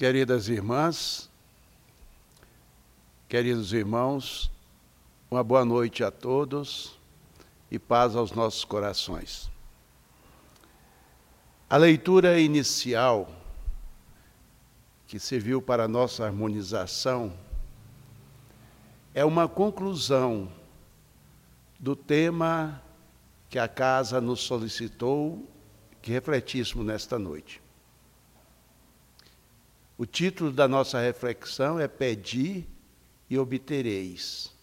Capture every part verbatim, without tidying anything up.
Queridas irmãs, queridos irmãos, uma boa noite a todos e paz aos nossos corações. A leitura inicial, que serviu para a nossa harmonização, é uma conclusão do tema que a casa nos solicitou que refletíssemos nesta noite. O título da nossa reflexão é Pedi e obtereis,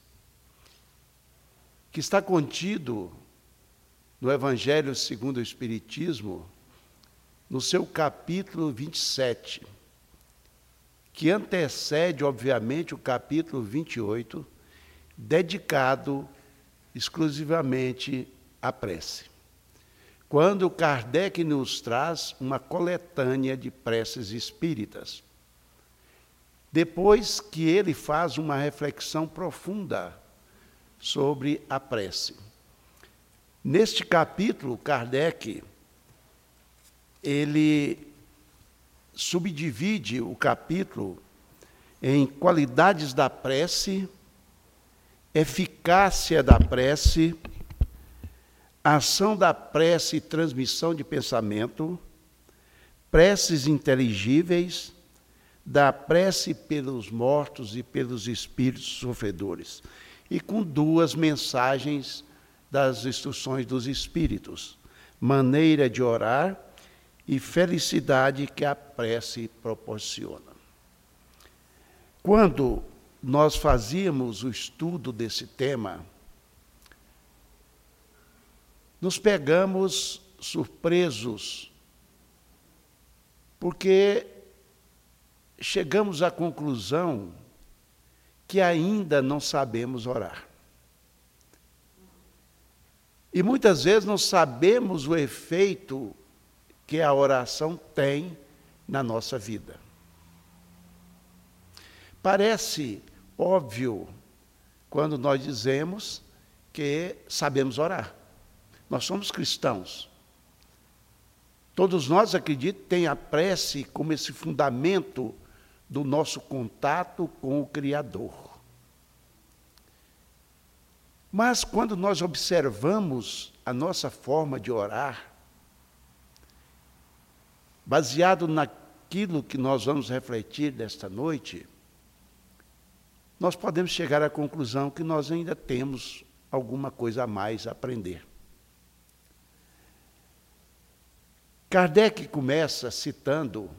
que está contido no Evangelho segundo o Espiritismo, no seu capítulo vinte e sete, que antecede, obviamente, o capítulo vinte e oito, dedicado exclusivamente à prece. Quando Kardec nos traz uma coletânea de preces espíritas, depois que ele faz uma reflexão profunda sobre a prece. Neste capítulo, Kardec, ele subdivide o capítulo em qualidades da prece, eficácia da prece, ação da prece e transmissão de pensamento, preces inteligíveis, da prece pelos mortos e pelos espíritos sofredores, e com duas mensagens das instruções dos espíritos, maneira de orar e felicidade que a prece proporciona. Quando nós fazíamos o estudo desse tema, nos pegamos surpresos, porque chegamos à conclusão que ainda não sabemos orar. E muitas vezes não sabemos o efeito que a oração tem na nossa vida. Parece óbvio quando nós dizemos que sabemos orar. Nós somos cristãos. Todos nós, acredito, têm a prece como esse fundamento do nosso contato com o Criador. Mas quando nós observamos a nossa forma de orar, baseado naquilo que nós vamos refletir nesta noite, nós podemos chegar à conclusão que nós ainda temos alguma coisa a mais a aprender. Kardec começa citando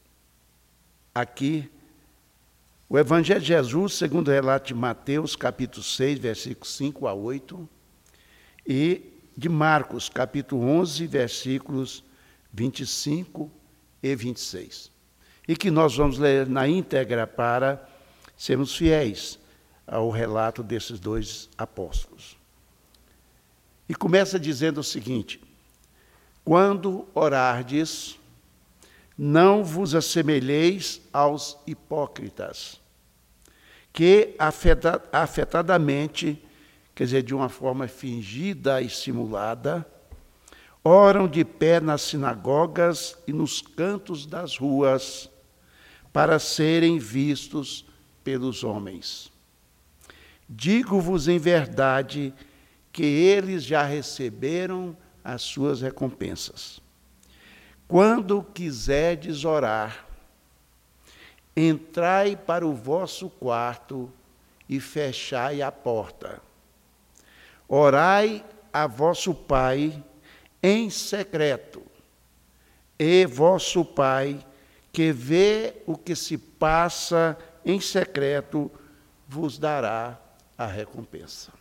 aqui o Evangelho de Jesus, segundo o relato de Mateus, capítulo seis, versículos cinco a oito, e de Marcos, capítulo onze, versículos vinte e cinco e vinte e seis. E que nós vamos ler na íntegra para sermos fiéis ao relato desses dois apóstolos. E começa dizendo o seguinte: quando orardes, não vos assemelheis aos hipócritas, que afeta, afetadamente, quer dizer, de uma forma fingida e simulada, oram de pé nas sinagogas e nos cantos das ruas, para serem vistos pelos homens. Digo-vos em verdade que eles já receberam as suas recompensas. Quando quiserdes orar, entrai para o vosso quarto e fechai a porta. Orai a vosso Pai em secreto, e vosso Pai, que vê o que se passa em secreto, vos dará a recompensa.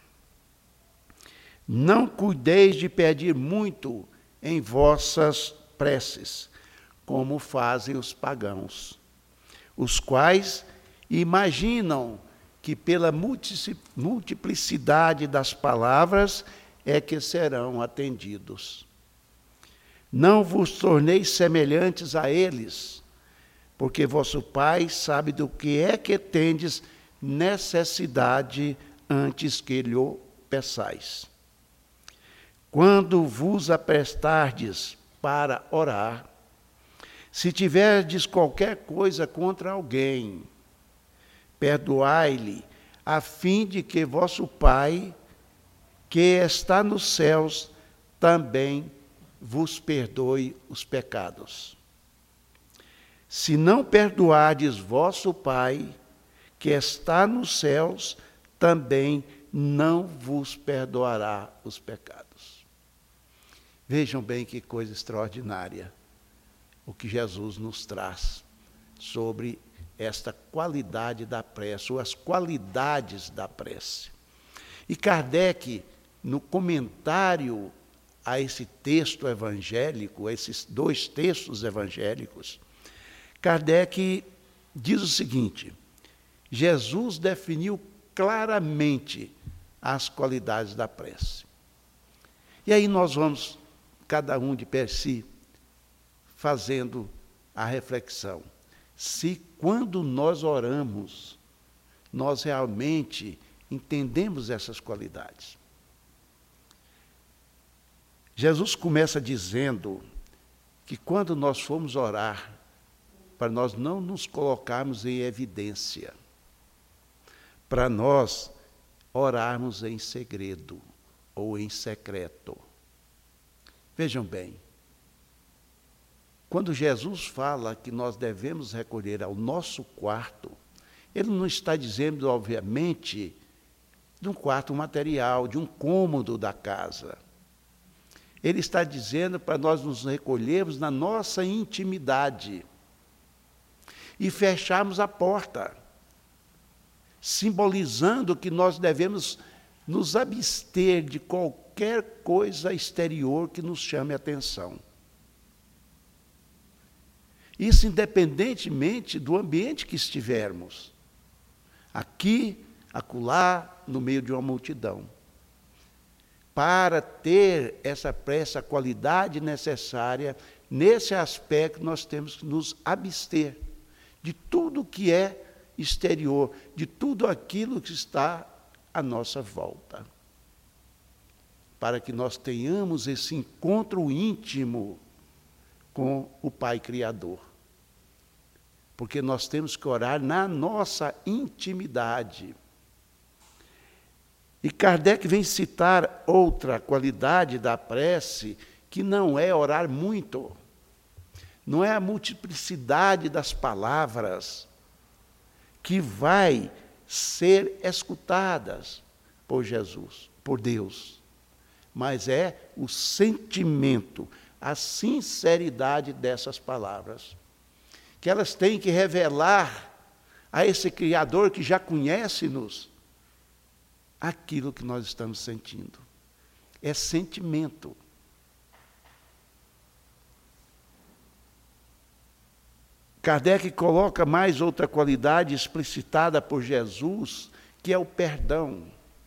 Não cuideis de pedir muito em vossas preces, como fazem os pagãos, os quais imaginam que pela multiplicidade das palavras é que serão atendidos. Não vos torneis semelhantes a eles, porque vosso Pai sabe do que é que tendes necessidade antes que lhe peçais. Quando vos aprestardes para orar, Se tiverdes qualquer coisa contra alguém, perdoai-lhe, a fim de que vosso Pai, que está nos céus, também vos perdoe os pecados. Se não perdoardes vosso Pai, que está nos céus, também não vos perdoará os pecados. Vejam bem que coisa extraordinária o que Jesus nos traz sobre esta qualidade da prece, ou as qualidades da prece. E Kardec, no comentário a esse texto evangélico, a esses dois textos evangélicos, Kardec diz o seguinte: Jesus definiu claramente as qualidades da prece. E aí nós vamos, cada um de per si, fazendo a reflexão. Se quando nós oramos, nós realmente entendemos essas qualidades. Jesus começa dizendo que quando nós formos orar, para nós não nos colocarmos em evidência, para nós orarmos em segredo ou em secreto. Vejam bem, quando Jesus fala que nós devemos recolher ao nosso quarto, ele não está dizendo, obviamente, de um quarto material, de um cômodo da casa. Ele está dizendo para nós nos recolhermos na nossa intimidade e fecharmos a porta, simbolizando que nós devemos nos abster de qualquer coisa exterior que nos chame a atenção. Isso independentemente do ambiente que estivermos, aqui, acolá, no meio de uma multidão. Para ter essa prece, a qualidade necessária, nesse aspecto nós temos que nos abster de tudo que é exterior, de tudo aquilo que está à nossa volta. Para que nós tenhamos esse encontro íntimo com o Pai Criador. Porque nós temos que orar na nossa intimidade. E Kardec vem citar outra qualidade da prece, que não é orar muito, não é a multiplicidade das palavras que vai ser escutadas por Jesus, por Deus, mas é o sentimento, a sinceridade dessas palavras, que elas têm que revelar a esse Criador que já conhece-nos aquilo que nós estamos sentindo. É sentimento. Kardec coloca mais outra qualidade explicitada por Jesus, que é o perdão.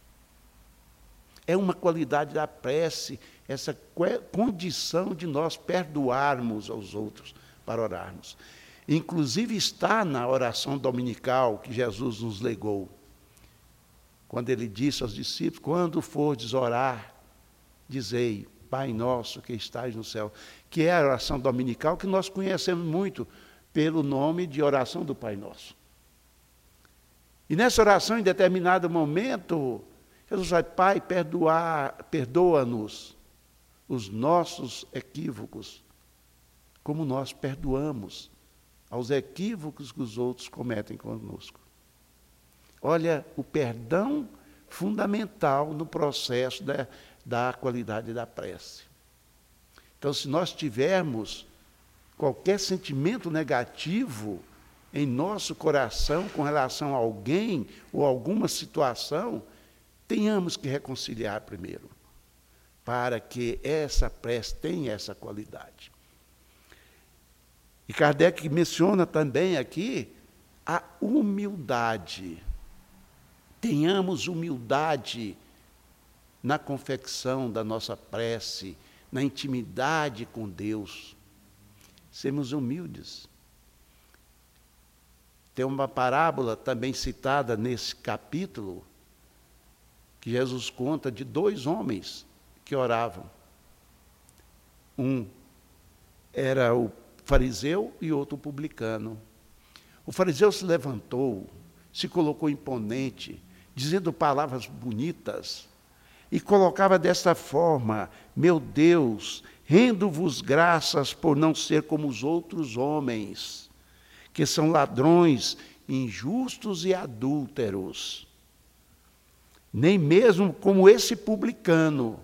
É uma qualidade da prece, essa condição de nós perdoarmos aos outros para orarmos. Inclusive está na oração dominical que Jesus nos legou. Quando ele disse aos discípulos: quando fordes orar, dizei, Pai nosso que estais no céu, que é a oração dominical que nós conhecemos muito pelo nome de oração do Pai Nosso. E nessa oração, em determinado momento, Jesus vai: Pai, perdoar, perdoa-nos os nossos equívocos, como nós perdoamos aos equívocos que os outros cometem conosco. Olha, o perdão fundamental no processo da, da qualidade da prece. Então, se nós tivermos qualquer sentimento negativo em nosso coração com relação a alguém ou alguma situação, tenhamos que reconciliar primeiro, para que essa prece tenha essa qualidade. E Kardec menciona também aqui a humildade. Tenhamos humildade na confecção da nossa prece, na intimidade com Deus. Sermos humildes. Tem uma parábola também citada nesse capítulo, que Jesus conta de dois homens que oravam. Um era o fariseu e outro publicano. O fariseu se levantou, se colocou imponente, dizendo palavras bonitas, e colocava desta forma: meu Deus, rendo-vos graças por não ser como os outros homens, que são ladrões, injustos e adúlteros, nem mesmo como esse publicano.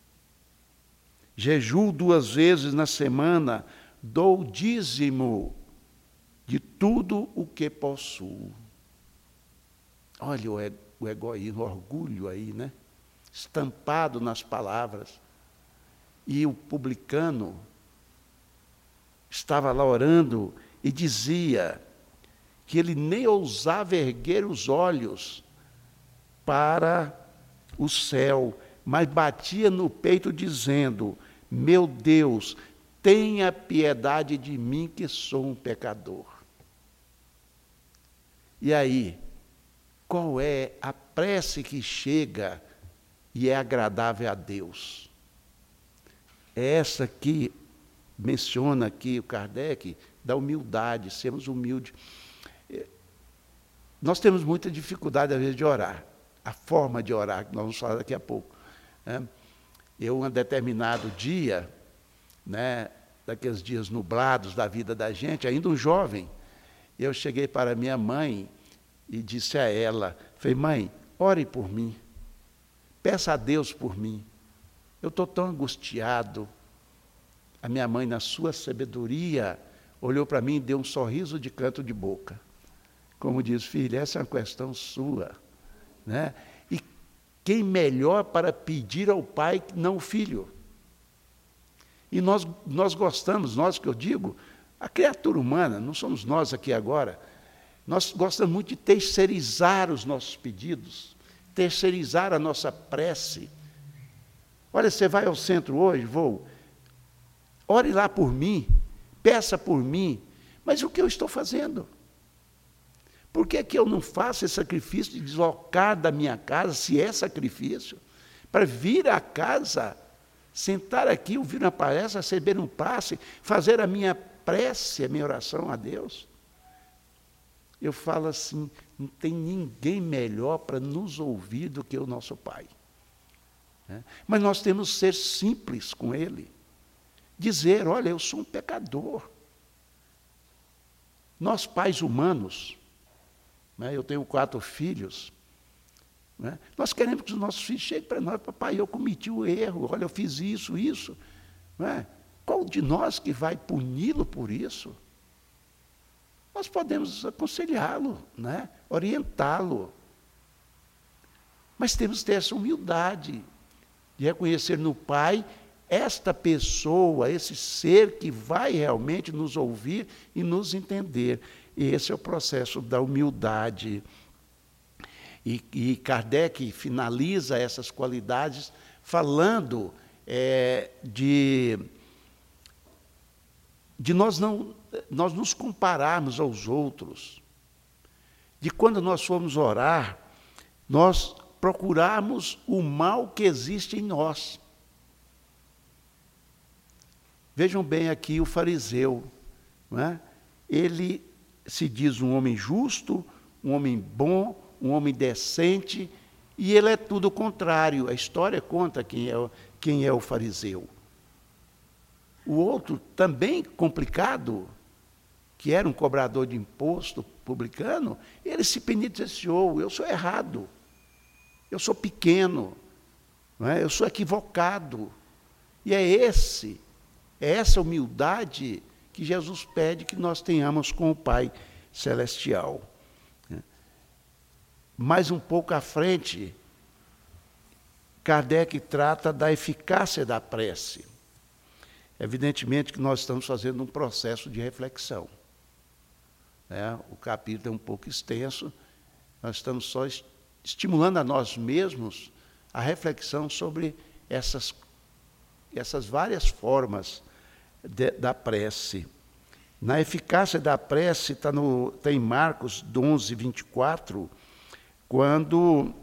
Jejuo duas vezes na semana, dou o dízimo de tudo o que possuo. Olha o, e- o egoísmo, o orgulho aí, né? Estampado nas palavras. E o publicano estava lá orando e dizia que ele nem ousava erguer os olhos para o céu, mas batia no peito dizendo: meu Deus, tenha piedade de mim que sou um pecador. E aí, qual é a prece que chega e é agradável a Deus? É essa que menciona aqui o Kardec, da humildade, sermos humildes. Nós temos muita dificuldade, às vezes, de orar. A forma de orar, que nós vamos falar daqui a pouco. Né? Eu, um determinado dia, né, daqueles dias nublados da vida da gente, ainda um jovem, eu cheguei para minha mãe e disse a ela, falei: mãe, ore por mim, peça a Deus por mim, eu estou tão angustiado. A minha mãe, na sua sabedoria, olhou para mim e deu um sorriso de canto de boca. Como diz: filha, essa é uma questão sua. Né? E quem melhor para pedir ao pai que não o filho? E nós, nós gostamos, nós que eu digo, a criatura humana, não somos nós aqui agora, nós gostamos muito de terceirizar os nossos pedidos, terceirizar a nossa prece. Olha, você vai ao centro hoje, vou, ore lá por mim, peça por mim, mas o que eu estou fazendo? Por que é que eu não faço esse sacrifício de deslocar da minha casa, se é sacrifício, para vir à casa, sentar aqui, ouvir uma palestra, receber um passe, fazer a minha prece, a minha oração a Deus? Eu falo assim, não tem ninguém melhor para nos ouvir do que o nosso Pai. Né? Mas nós temos que ser simples com Ele. Dizer: olha, eu sou um pecador. Nós, pais humanos, né, eu tenho quatro filhos, né, nós queremos que os nossos filhos cheguem para nós: papai, eu cometi o erro, olha, eu fiz isso, isso. Né? Qual de nós que vai puni-lo por isso? Nós podemos aconselhá-lo, né, orientá-lo. Mas temos que ter essa humildade de reconhecer no Pai esta pessoa, esse ser que vai realmente nos ouvir e nos entender. E esse é o processo da humildade. E, e Kardec finaliza essas qualidades falando é, de, de nós, não, nós nos compararmos aos outros, de quando nós formos orar, nós procurarmos o mal que existe em nós. Vejam bem aqui o fariseu, não é? Ele se diz um homem justo, um homem bom, um homem decente, e ele é tudo o contrário. A história conta quem é, quem é o fariseu. O outro, também complicado, que era um cobrador de imposto publicano, ele se penitenciou: eu sou errado, eu sou pequeno, não é? Eu sou equivocado. E é esse... É essa humildade que Jesus pede que nós tenhamos com o Pai Celestial. Mais um pouco à frente, Kardec trata da eficácia da prece. Evidentemente que nós estamos fazendo um processo de reflexão. Né? O capítulo é um pouco extenso, nós estamos só estimulando a nós mesmos a reflexão sobre essas, essas várias formas De, da prece. Na eficácia da prece, está tá em Marcos onze, vinte e quatro, quando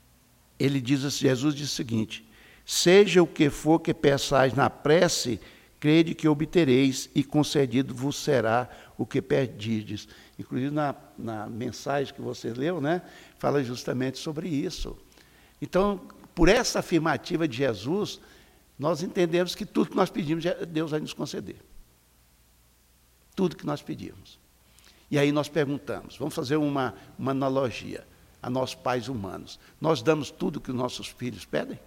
ele diz assim, Jesus diz o seguinte: seja o que for que peçais na prece, crede que obtereis e concedido vos será o que pedides. Inclusive na, na mensagem que você leu, né, fala justamente sobre isso. Então, por essa afirmativa de Jesus, nós entendemos que tudo que nós pedimos, Deus vai nos conceder. Tudo que nós pedimos. E aí nós perguntamos, vamos fazer uma, uma analogia a nós pais humanos. Nós damos tudo que os nossos filhos pedem?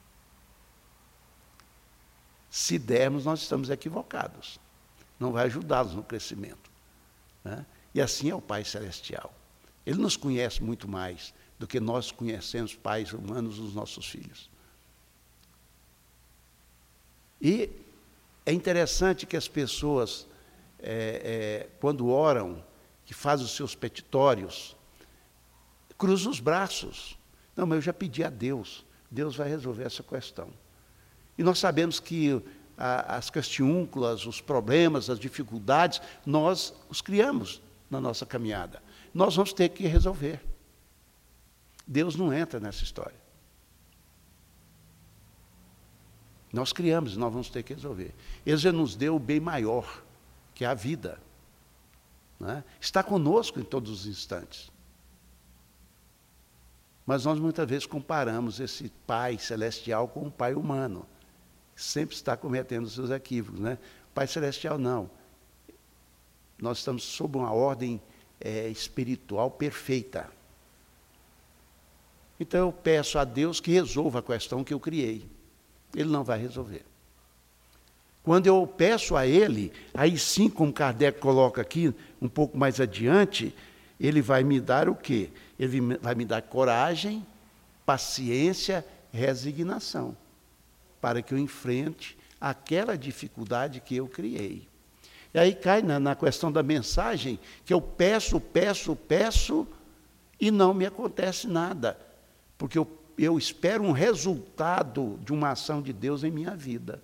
Se dermos, nós estamos equivocados. Não vai ajudá-los no crescimento. Né? E assim é o Pai Celestial. Ele nos conhece muito mais do que nós conhecemos, pais humanos, os nossos filhos. E é interessante que as pessoas, é, é, quando oram, que fazem os seus petitórios, cruzam os braços. Não, mas eu já pedi a Deus. Deus vai resolver essa questão. E nós sabemos que a, as questiúnculas, os problemas, as dificuldades, nós os criamos na nossa caminhada. Nós vamos ter que resolver. Deus não entra nessa história. Nós criamos, nós vamos ter que resolver. Ele já nos deu o bem maior, que é a vida. Né? Está conosco em todos os instantes. Mas nós muitas vezes comparamos esse Pai Celestial com o Pai humano. Sempre está cometendo os seus equívocos. Né? O Pai Celestial não. Nós estamos sob uma ordem é, espiritual perfeita. Então eu peço a Deus que resolva a questão que eu criei. Ele não vai resolver. Quando eu peço a Ele, aí sim, como Kardec coloca aqui, um pouco mais adiante, Ele vai me dar o quê? Ele vai me dar coragem, paciência, resignação, para que eu enfrente aquela dificuldade que eu criei. E aí cai na, na questão da mensagem, que eu peço, peço, peço, e não me acontece nada, porque eu, eu espero um resultado de uma ação de Deus em minha vida.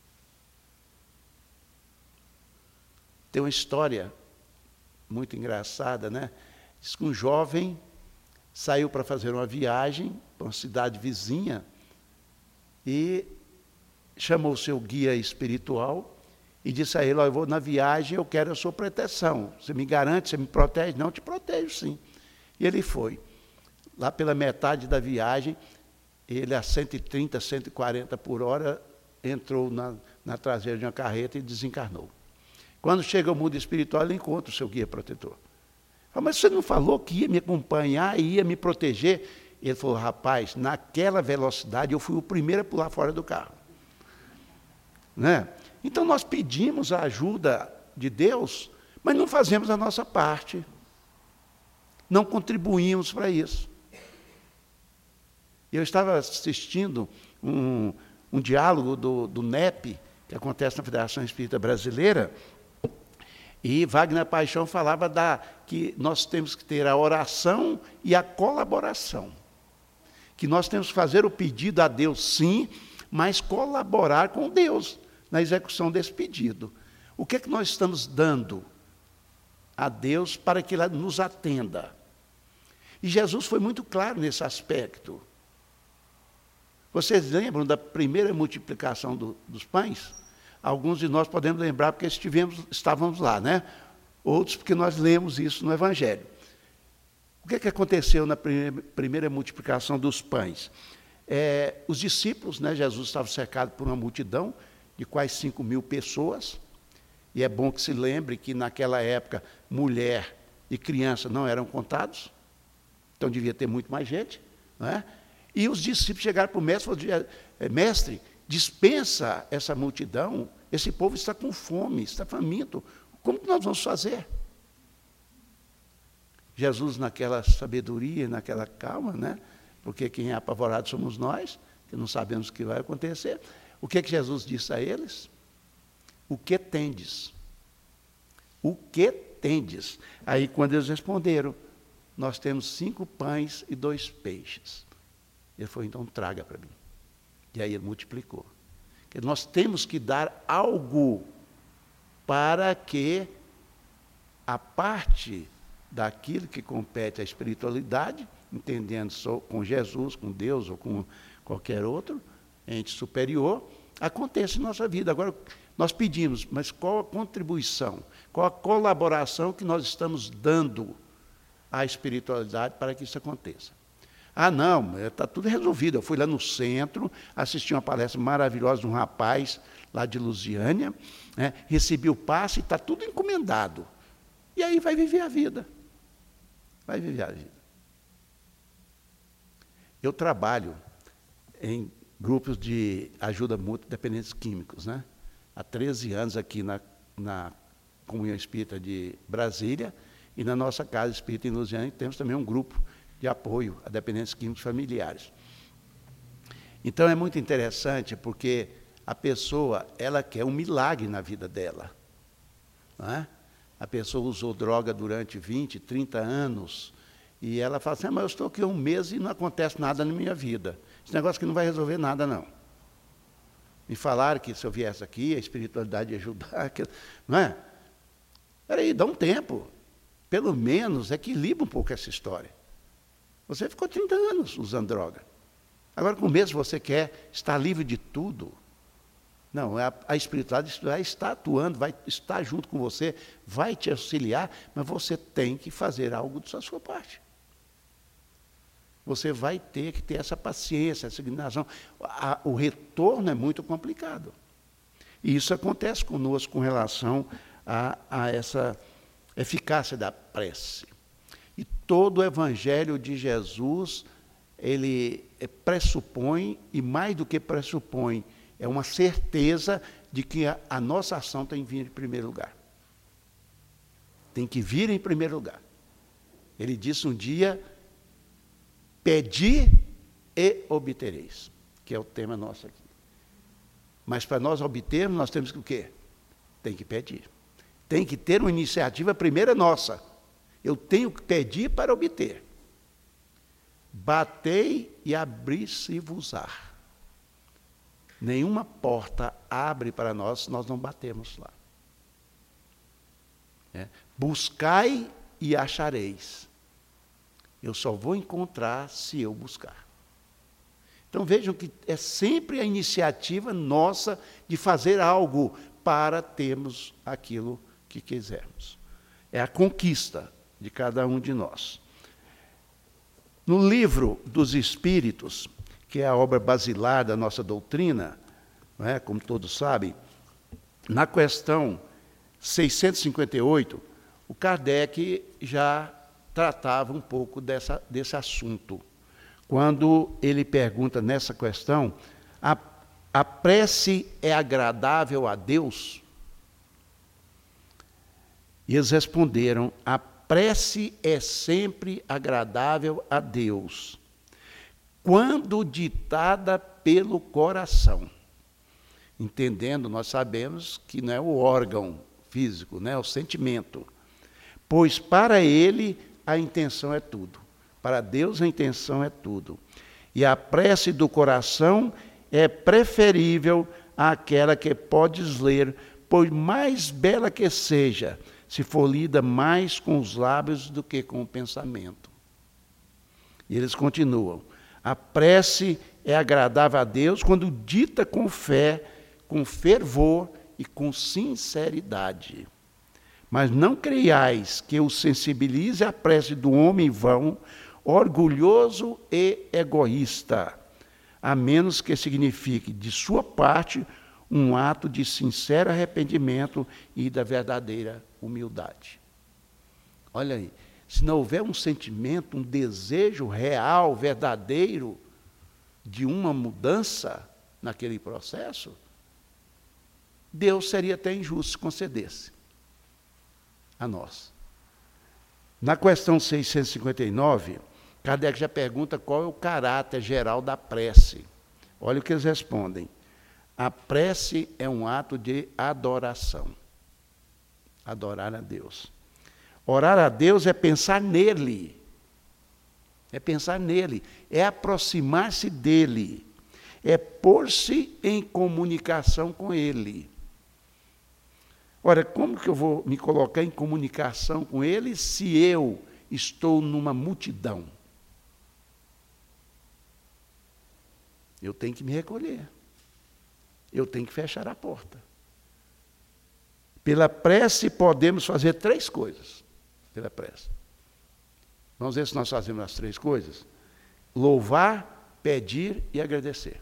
Tem uma história muito engraçada, né? Diz que um jovem saiu para fazer uma viagem para uma cidade vizinha e chamou o seu guia espiritual e disse a ele, oh, eu vou na viagem, eu quero a sua proteção. Você me garante, você me protege? Não, eu te protejo sim. E ele foi. Lá pela metade da viagem, ele a cento e trinta, cento e quarenta por hora, entrou na, na traseira de uma carreta e desencarnou. Quando chega ao mundo espiritual, ele encontra o seu guia protetor. Fala, mas você não falou que ia me acompanhar e ia me proteger? Ele falou, rapaz, naquela velocidade eu fui o primeiro a pular fora do carro. Né? Então nós pedimos a ajuda de Deus, mas não fazemos a nossa parte. Não contribuímos para isso. Eu estava assistindo um, um diálogo do, do N E P, que acontece na Federação Espírita Brasileira, e Wagner Paixão falava da, que nós temos que ter a oração e a colaboração. Que nós temos que fazer o pedido a Deus, sim, mas colaborar com Deus na execução desse pedido. O que é que nós estamos dando a Deus para que Ele nos atenda? E Jesus foi muito claro nesse aspecto. Vocês lembram da primeira multiplicação do, dos pães? Alguns de nós podemos lembrar porque estivemos, estávamos lá, né? Outros porque nós lemos isso no Evangelho. O que, é que aconteceu na primeira, primeira multiplicação dos pães? É, os discípulos, né, Jesus estava cercado por uma multidão de quase cinco mil pessoas, e é bom que se lembre que naquela época mulher e criança não eram contados, então devia ter muito mais gente, não é? E os discípulos chegaram para o mestre e falaram, mestre, dispensa essa multidão, esse povo está com fome, está faminto, como que nós vamos fazer? Jesus, naquela sabedoria, naquela calma, né? Porque quem é apavorado somos nós, que não sabemos o que vai acontecer. O que, que Jesus disse a eles? O que tendes? O que tendes? Aí, quando eles responderam, nós temos cinco pães e dois peixes. Ele falou, então traga para mim. E aí ele multiplicou. Porque nós temos que dar algo para que a parte daquilo que compete à espiritualidade, entendendo só com Jesus, com Deus ou com qualquer outro ente superior, aconteça em nossa vida. Agora, Nós pedimos, mas qual a contribuição, qual a colaboração que nós estamos dando à espiritualidade para que isso aconteça? Ah, não, está tudo resolvido. Eu fui lá no centro, assisti uma palestra maravilhosa de um rapaz lá de Lusiânia, né, recebi o passe e está tudo encomendado. E aí vai viver a vida. Vai viver a vida. Eu trabalho em grupos de ajuda mútua dependentes químicos, né? Há treze anos aqui na, na Comunhão Espírita de Brasília e na nossa Casa Espírita em Lusiânia temos também um grupo de apoio a dependentes químicos familiares. Então é muito interessante porque a pessoa ela quer um milagre na vida dela. Não é? A pessoa usou droga durante vinte, trinta anos e ela fala assim, ah, mas eu estou aqui um mês e não acontece nada na minha vida. Esse negócio que não vai resolver nada, não. Me falaram que se eu viesse aqui, a espiritualidade ia ajudar, não é? Espera aí, dá um tempo. Pelo menos equilibra um pouco essa história. Você ficou trinta anos usando droga. Agora, com o mês, você quer estar livre de tudo. Não, a, a espiritualidade vai estar atuando, vai estar junto com você, vai te auxiliar, mas você tem que fazer algo da sua parte. Você vai ter que ter essa paciência, essa indignação. A, o retorno é muito complicado. E isso acontece conosco com relação a, a essa eficácia da prece. E todo o Evangelho de Jesus, ele pressupõe, e mais do que pressupõe, é uma certeza de que a, a nossa ação tem que vir em primeiro lugar. Tem que vir em primeiro lugar. Ele disse um dia, pedi e obtereis, que é o tema nosso aqui. Mas para nós obtermos, nós temos que o quê? Tem que pedir. Tem que ter uma iniciativa primeira nossa. Eu tenho que pedir para obter. Batei e abri-se-vos-á. Nenhuma porta abre para nós se nós não batemos lá. É. Buscai e achareis. Eu só vou encontrar se eu buscar. Então vejam que é sempre a iniciativa nossa de fazer algo para termos aquilo que quisermos. É a conquista de cada um de nós. No livro dos Espíritos, que é a obra basilar da nossa doutrina, não é? Como todos sabem, na questão seiscentos e cinquenta e oito, o Kardec já tratava um pouco dessa, desse assunto. Quando ele pergunta nessa questão, a, a prece é agradável a Deus? E eles responderam, a prece é sempre agradável a Deus, quando ditada pelo coração. Entendendo, nós sabemos que não é o órgão físico, não é o sentimento. Pois para ele a intenção é tudo. Para Deus a intenção é tudo. E a prece do coração é preferível àquela que podes ler, por mais bela que seja, se for lida mais com os lábios do que com o pensamento. E eles continuam. A prece é agradável a Deus quando dita com fé, com fervor e com sinceridade. Mas não creiais que o sensibilize a prece do homem vão, orgulhoso e egoísta, a menos que signifique, de sua parte, um ato de sincero arrependimento e da verdadeira humildade. Olha aí, se não houver um sentimento, um desejo real, verdadeiro, de uma mudança naquele processo, Deus seria até injusto se concedesse a nós. Na questão seiscentos e cinquenta e nove, Kardec já pergunta qual é o caráter geral da prece. Olha o que eles respondem. A prece é um ato de adoração. Adorar a Deus. Orar a Deus é pensar nele. É pensar nele. É aproximar-se dele. É pôr-se em comunicação com ele. Ora, como que eu vou me colocar em comunicação com ele se eu estou numa multidão? Eu tenho que me recolher. Eu tenho que fechar a porta. Pela prece podemos fazer três coisas. Pela prece. Vamos ver se nós fazemos as três coisas. Louvar, pedir e agradecer.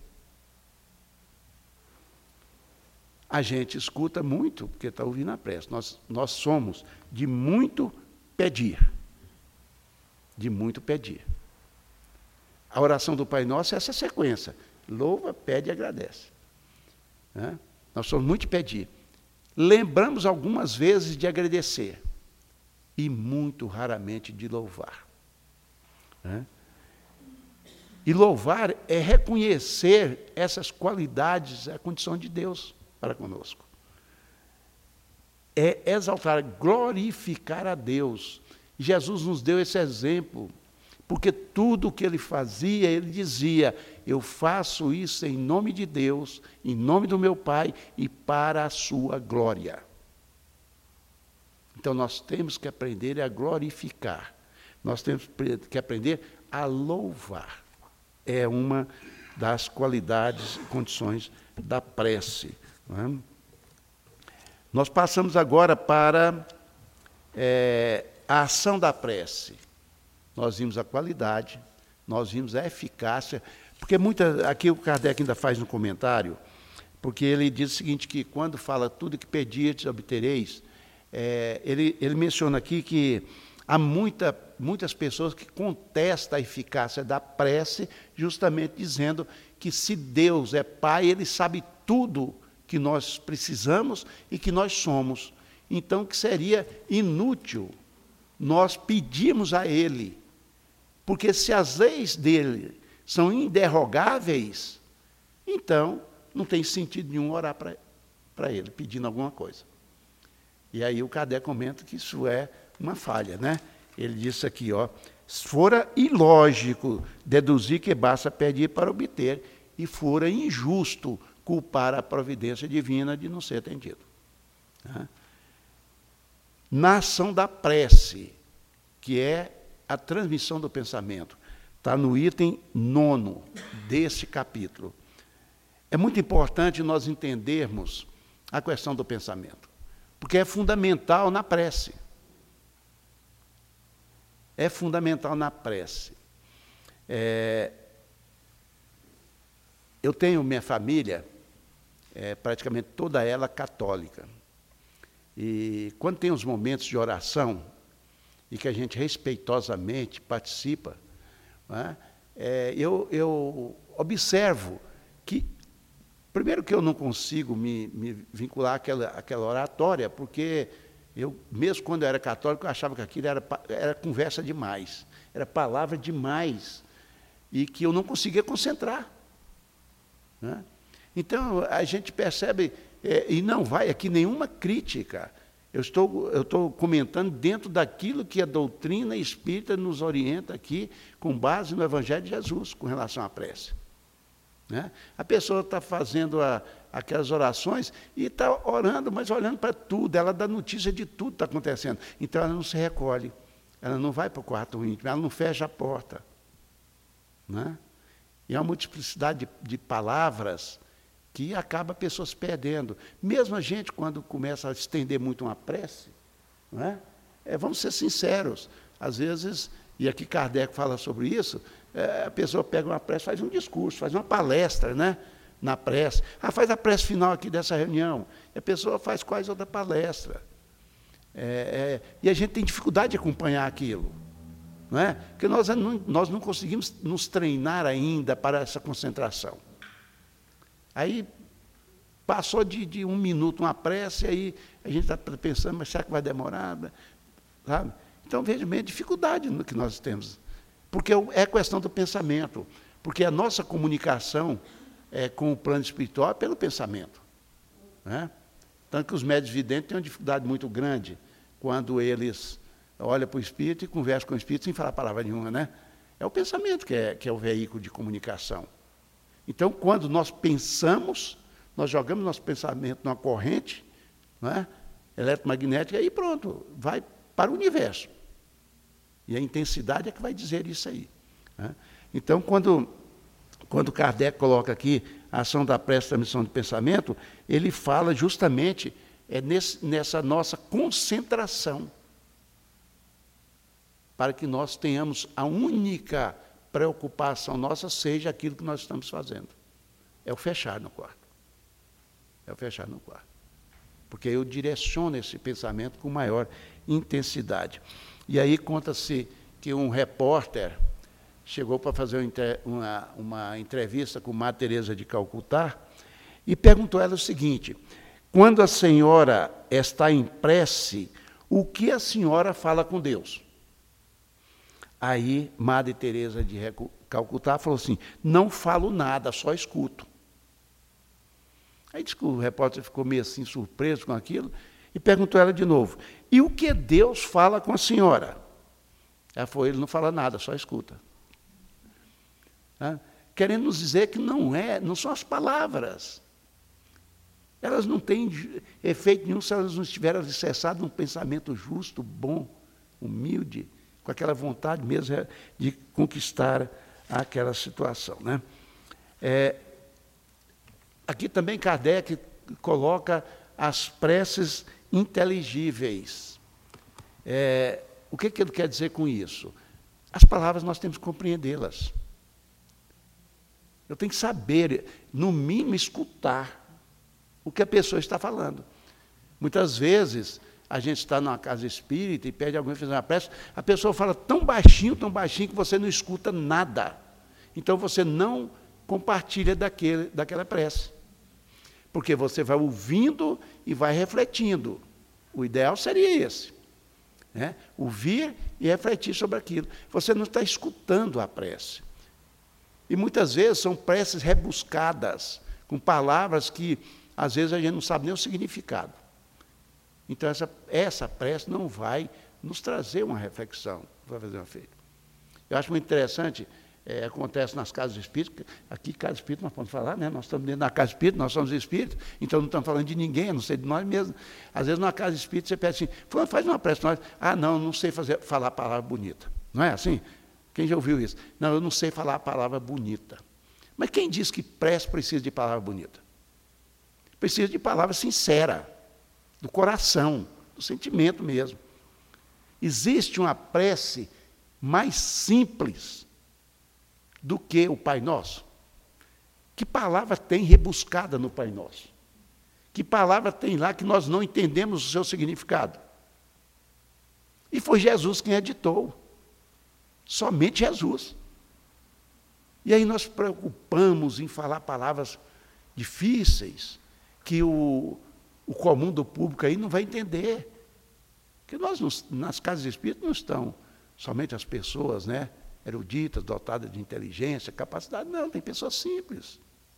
A gente escuta muito, porque está ouvindo a prece. Nós, nós somos de muito pedir. De muito pedir. A oração do Pai Nosso é essa sequência. Louva, pede e agradece. Né? Nós somos muito de pedir. Lembramos algumas vezes de agradecer. E muito raramente de louvar. Né? E louvar é reconhecer essas qualidades, a condição de Deus para conosco. É exaltar, glorificar a Deus. Jesus nos deu esse exemplo, porque tudo o que ele fazia, ele dizia, eu faço isso em nome de Deus, em nome do meu Pai e para a sua glória. Então nós temos que aprender a glorificar, nós temos que aprender a louvar. É uma das qualidades e condições da prece. Não é? Nós passamos agora para é, a ação da prece. Nós vimos a qualidade, nós vimos a eficácia, porque muita, aqui o Kardec ainda faz no comentário, porque ele diz o seguinte, que quando fala tudo que pedirdes, obtereis, é, ele, ele menciona aqui que há muita, muitas pessoas que contestam a eficácia da prece, justamente dizendo que se Deus é Pai, Ele sabe tudo que nós precisamos e que nós somos. Então, que seria inútil nós pedirmos a Ele, porque se as leis dele são inderrogáveis, então não tem sentido nenhum orar para Ele, pedindo alguma coisa. E aí o Kardec comenta que isso é uma falha, né? Ele disse aqui, ó, fora ilógico deduzir que basta pedir para obter, e fora injusto culpar a providência divina de não ser atendido. Né? Na ação da prece, que é a transmissão do pensamento, está no item nono desse capítulo. É muito importante nós entendermos a questão do pensamento, porque é fundamental na prece. É fundamental na prece. É, eu tenho minha família, é, praticamente toda ela católica. E quando tem os momentos de oração, e que a gente respeitosamente participa, né, é, eu, eu observo que, primeiro que eu não consigo me, me vincular àquela, àquela oratória, porque eu, mesmo quando eu era católico, eu achava que aquilo era, era conversa demais, era palavra demais, e que eu não conseguia concentrar. Né? Então, a gente percebe, é, e não vai aqui nenhuma crítica, eu estou, eu estou comentando dentro daquilo que a doutrina espírita nos orienta aqui, com base no Evangelho de Jesus, com relação à prece. Né? A pessoa está fazendo a, aquelas orações e está orando, mas olhando para tudo, ela dá notícia de tudo que está acontecendo. Então ela não se recolhe, ela não vai para o quarto íntimo, ela não fecha a porta. Né? E há uma multiplicidade de, de palavras que acaba a pessoa se perdendo. Mesmo a gente, quando começa a estender muito uma prece, não é? É, vamos ser sinceros, às vezes, e aqui Kardec fala sobre isso, é, a pessoa pega uma prece, faz um discurso, faz uma palestra, né, na prece. Ah, faz a prece final aqui dessa reunião. E a pessoa faz quase outra palestra. É, é, e a gente tem dificuldade de acompanhar aquilo. Não é? Porque nós não, nós não conseguimos nos treinar ainda para essa concentração. Aí passou de, de um minuto uma prece, aí a gente está pensando, mas será que vai demorar? Sabe? Então, veja bem a dificuldade no que nós temos. Porque é questão do pensamento. Porque a nossa comunicação é, com o plano espiritual é pelo pensamento. Né? Tanto que os médiuns videntes têm uma dificuldade muito grande quando eles olham para o espírito e conversam com o espírito sem falar palavra nenhuma. Né? É o pensamento que é, que é o veículo de comunicação. Então, quando nós pensamos, nós jogamos nosso pensamento numa corrente, não é? Eletromagnética e pronto, vai para o universo. E a intensidade é que vai dizer isso aí. Né? Então, quando, quando Kardec coloca aqui a ação da prece, transmissão do pensamento, ele fala justamente é nesse, nessa nossa concentração, para que nós tenhamos a única preocupação nossa seja aquilo que nós estamos fazendo. É o fechar no quarto. É o fechar no quarto. Porque eu direciono esse pensamento com maior intensidade. E aí conta-se que um repórter chegou para fazer uma, uma entrevista com Madre Teresa de Calcutá e perguntou a ela o seguinte: quando a senhora está em prece, o que a senhora fala com Deus? Aí Madre Teresa de Calcutá falou assim: não falo nada, só escuto. Aí disse que o repórter ficou meio assim surpreso com aquilo e perguntou a ela de novo: e o que Deus fala com a senhora? Ela falou: ele não fala nada, só escuta. Ah, querendo nos dizer que não é, não são as palavras. Elas não têm efeito nenhum se elas não estiverem alicerçadas num pensamento justo, bom, humilde, com aquela vontade mesmo de conquistar aquela situação. Né? É, aqui também Kardec coloca as preces inteligíveis. É, o que, que ele quer dizer com isso? As palavras nós temos que compreendê-las. Eu tenho que saber, no mínimo, escutar o que a pessoa está falando. Muitas vezes, a gente está numa casa espírita e pede alguém fazer uma prece, a pessoa fala tão baixinho, tão baixinho, que você não escuta nada. Então, você não compartilha daquele, daquela prece. Porque você vai ouvindo e vai refletindo. O ideal seria esse. Né? Ouvir e refletir sobre aquilo. Você não está escutando a prece. E muitas vezes são preces rebuscadas, com palavras que, às vezes, a gente não sabe nem o significado. Então, essa, essa prece não vai nos trazer uma reflexão, vai fazer uma feita. Eu acho muito interessante, é, acontece nas casas espíritas, aqui, casa espírita, nós podemos falar, né? Nós estamos dentro da casa espírita, nós somos espíritos, então não estamos falando de ninguém, a não ser de nós mesmos. Às vezes, numa casa espírita, você pede assim: fulano, faz uma prece para nós. Ah, não, não sei fazer, falar a palavra bonita. Não é assim? Quem já ouviu isso? Não, eu não sei falar a palavra bonita. Mas quem diz que prece precisa de palavra bonita? Precisa de palavra sincera, do coração, do sentimento mesmo. Existe uma prece mais simples do que o Pai Nosso? Que palavra tem rebuscada no Pai Nosso? Que palavra tem lá que nós não entendemos o seu significado? E foi Jesus quem editou. Somente Jesus. E aí nós preocupamos em falar palavras difíceis, que o, o comum do público aí não vai entender. Porque nós, nos, nas casas espíritas, não estão somente as pessoas, né, eruditas, dotadas de inteligência, capacidade. Não, tem pessoas simples.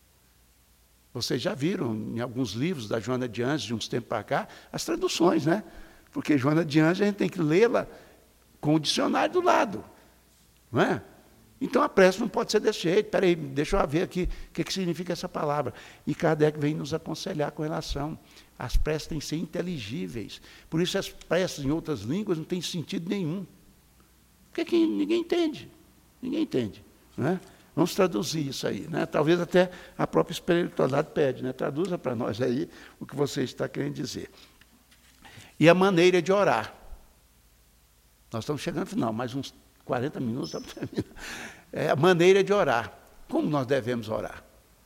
Vocês já viram em alguns livros da Joana de Ângeles, de uns tempos para cá, as traduções, né? Porque Joana de Ângeles a gente tem que lê-la com o dicionário do lado. Não é? Então a prece não pode ser desse jeito. Espera aí, deixa eu ver aqui o que, que significa essa palavra. E Kardec vem nos aconselhar com relação. As preces têm que ser inteligíveis. Por isso as preces em outras línguas não têm sentido nenhum. Porque que ninguém entende. Ninguém entende. Não é? Vamos traduzir isso aí. Né? Talvez até a própria espiritualidade pede. Né? Traduza para nós aí o que você está querendo dizer. E a maneira de orar. Nós estamos chegando ao final, mais uns quarenta minutos, é a maneira de orar. Como nós devemos orar?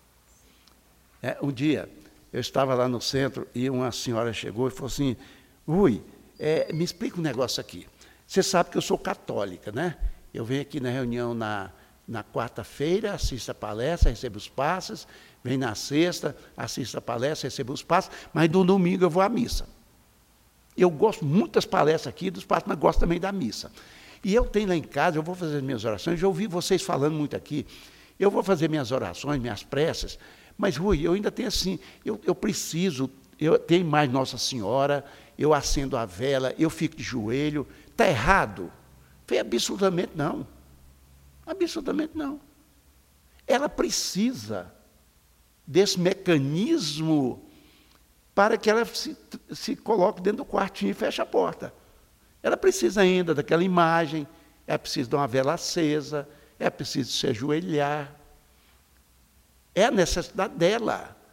É, um dia, eu estava lá no centro e uma senhora chegou e falou assim: Rui, é, me explica um negócio aqui. Você sabe que eu sou católica, né? Eu venho aqui na reunião na, na quarta-feira, assisto a palestra, recebo os passes, venho na sexta, assisto a palestra, recebo os passes, mas no domingo eu vou à missa. Eu gosto muito das palestras aqui, dos passes, mas gosto também da missa. E eu tenho lá em casa, eu vou fazer as minhas orações, já ouvi vocês falando muito aqui, eu vou fazer minhas orações, minhas preces, mas, Rui, eu ainda tenho assim, eu, eu preciso, eu tenho mais Nossa Senhora, eu acendo a vela, eu fico de joelho, está errado? Foi absolutamente não. Absolutamente não. Ela precisa desse mecanismo para que ela se, se coloque dentro do quartinho e feche a porta. Ela precisa ainda daquela imagem, é preciso de uma vela acesa, é preciso se ajoelhar. É a necessidade dela.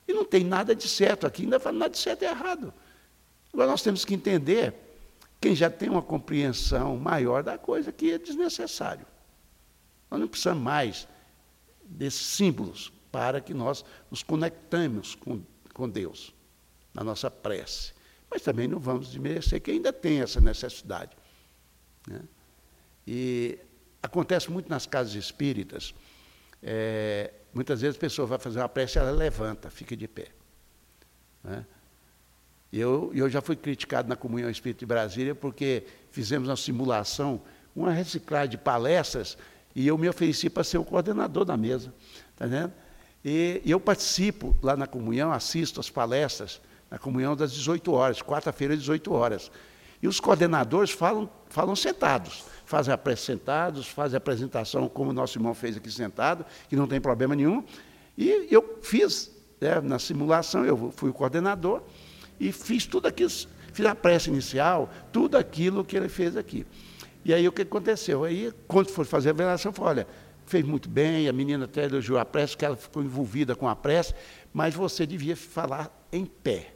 E não tem nada de certo aqui, ainda fala nada de certo e errado. Agora nós temos que entender, quem já tem uma compreensão maior da coisa, que é desnecessário. Nós não precisamos mais desses símbolos para que nós nos conectemos com, com Deus, na nossa prece. Mas também não vamos desmerecer que ainda tem essa necessidade, né? E acontece muito nas casas espíritas, é, muitas vezes a pessoa vai fazer uma prece, ela levanta, fica de pé, né? Eu, eu já fui criticado na Comunhão Espírita de Brasília porque fizemos uma simulação, uma reciclagem de palestras, e eu me ofereci para ser o coordenador da mesa, tá vendo? E, e eu participo lá na comunhão, assisto as palestras, na comunhão das dezoito horas, quarta-feira às dezoito horas. E os coordenadores falam, falam sentados, fazem a prece sentados, fazem a apresentação como o nosso irmão fez aqui sentado, que não tem problema nenhum. E eu fiz, né, na simulação, eu fui o coordenador, e fiz tudo aquilo, fiz a prece inicial, tudo aquilo que ele fez aqui. E aí o que aconteceu? Aí, quando for fazer a avaliação, eu falei, olha, fez muito bem, a menina até elogiou a prece, que ela ficou envolvida com a prece, mas você devia falar em pé,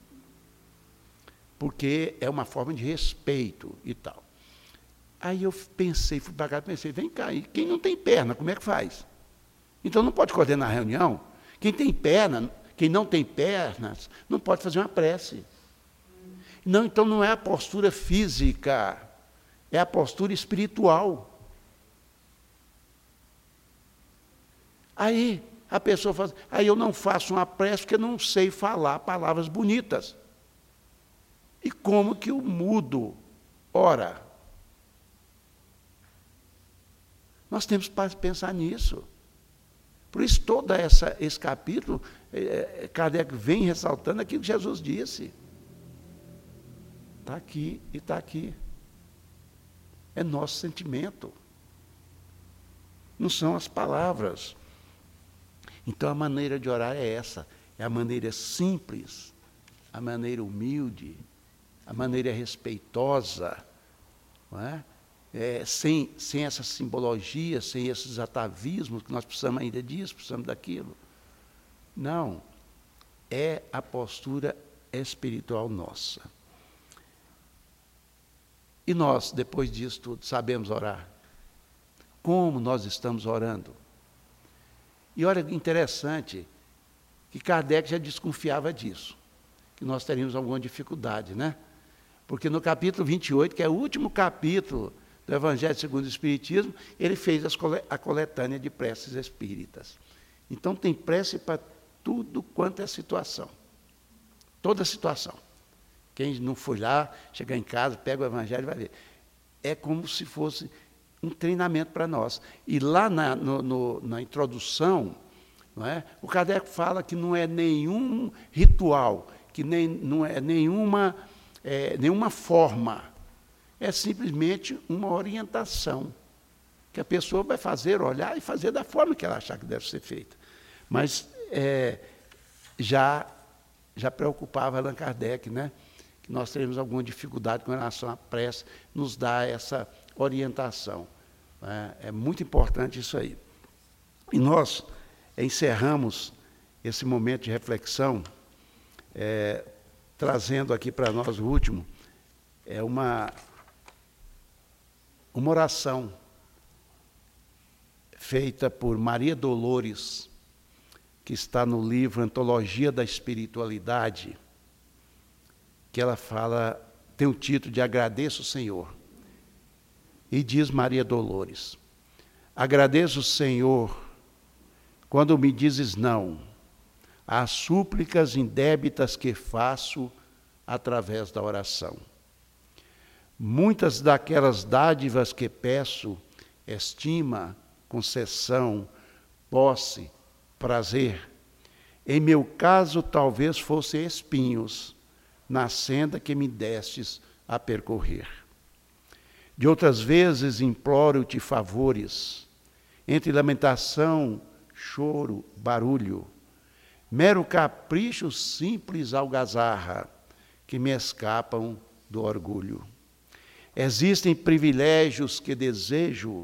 porque é uma forma de respeito e tal. Aí eu pensei, fui para cá, pensei, vem cá, e quem não tem perna, como é que faz? Então não pode coordenar a reunião. Quem tem perna, quem não tem pernas, não pode fazer uma prece. Não, então não é a postura física, é a postura espiritual. Aí a pessoa fala, aí eu não faço uma prece porque eu não sei falar palavras bonitas. E como que o mudo ora? Nós temos que pensar nisso. Por isso, todo essa, esse capítulo, é, Kardec vem ressaltando aquilo que Jesus disse. Está aqui e está aqui. É nosso sentimento. Não são as palavras. Então, a maneira de orar é essa. É a maneira simples, a maneira humilde, a maneira respeitosa, não é? É, sem, sem essa simbologia, sem esses atavismos, que nós precisamos ainda disso, precisamos daquilo. Não. É a postura espiritual nossa. E nós, depois disso tudo, sabemos orar. Como nós estamos orando? E olha, interessante, que Kardec já desconfiava disso, que nós teríamos alguma dificuldade, né? Porque no capítulo vinte e oito, que é o último capítulo do Evangelho segundo o Espiritismo, ele fez as cole- a coletânea de preces espíritas. Então tem prece para tudo quanto é situação. Toda situação. Quem não foi lá, chegar em casa, pega o Evangelho e vai ver. É como se fosse um treinamento para nós. E lá na, no, no, na introdução, não é? O Kardec fala que não é nenhum ritual, que nem, não é nenhuma, é, nenhuma forma. É simplesmente uma orientação que a pessoa vai fazer, olhar e fazer da forma que ela achar que deve ser feita. Mas é, já, já preocupava Allan Kardec, né? Que nós teremos alguma dificuldade com relação à prece, nos dá essa orientação. Né? É muito importante isso aí. E nós encerramos esse momento de reflexão, é, trazendo aqui para nós o último, é uma, uma oração feita por Maria Dolores, que está no livro Antologia da Espiritualidade, que ela fala, tem o título de Agradeço, Senhor. E diz Maria Dolores, agradeço, Senhor, quando me dizes não, às súplicas indébitas que faço através da oração. Muitas daquelas dádivas que peço, estima, concessão, posse, prazer, em meu caso talvez fossem espinhos na senda que me destes a percorrer. De outras vezes imploro-te favores, entre lamentação, choro, barulho, mero capricho simples algazarra, que me escapam do orgulho. Existem privilégios que desejo,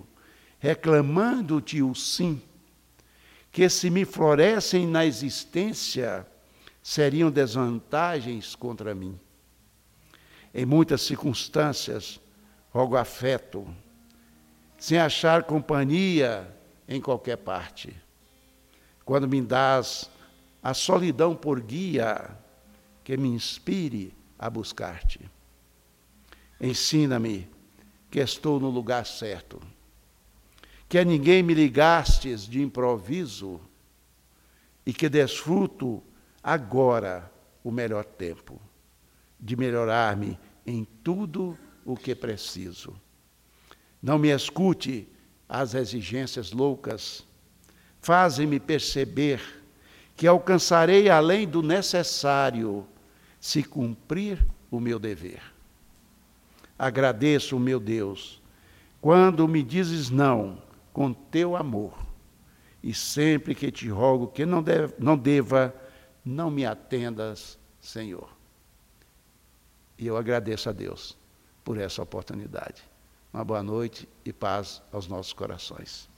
reclamando-te o sim, que se me florescem na existência, seriam desvantagens contra mim. Em muitas circunstâncias, rogo afeto, sem achar companhia em qualquer parte. Quando me dás a solidão por guia, que me inspire a buscar-te. Ensina-me que estou no lugar certo, que a ninguém me ligastes de improviso e que desfruto agora o melhor tempo de melhorar-me em tudo o que preciso. Não me escute as exigências loucas, fazem-me perceber que alcançarei além do necessário se cumprir o meu dever. Agradeço, meu Deus, quando me dizes não com teu amor, e sempre que te rogo que não deva, não deva, não me atendas, Senhor. E eu agradeço a Deus por essa oportunidade. Uma boa noite e paz aos nossos corações.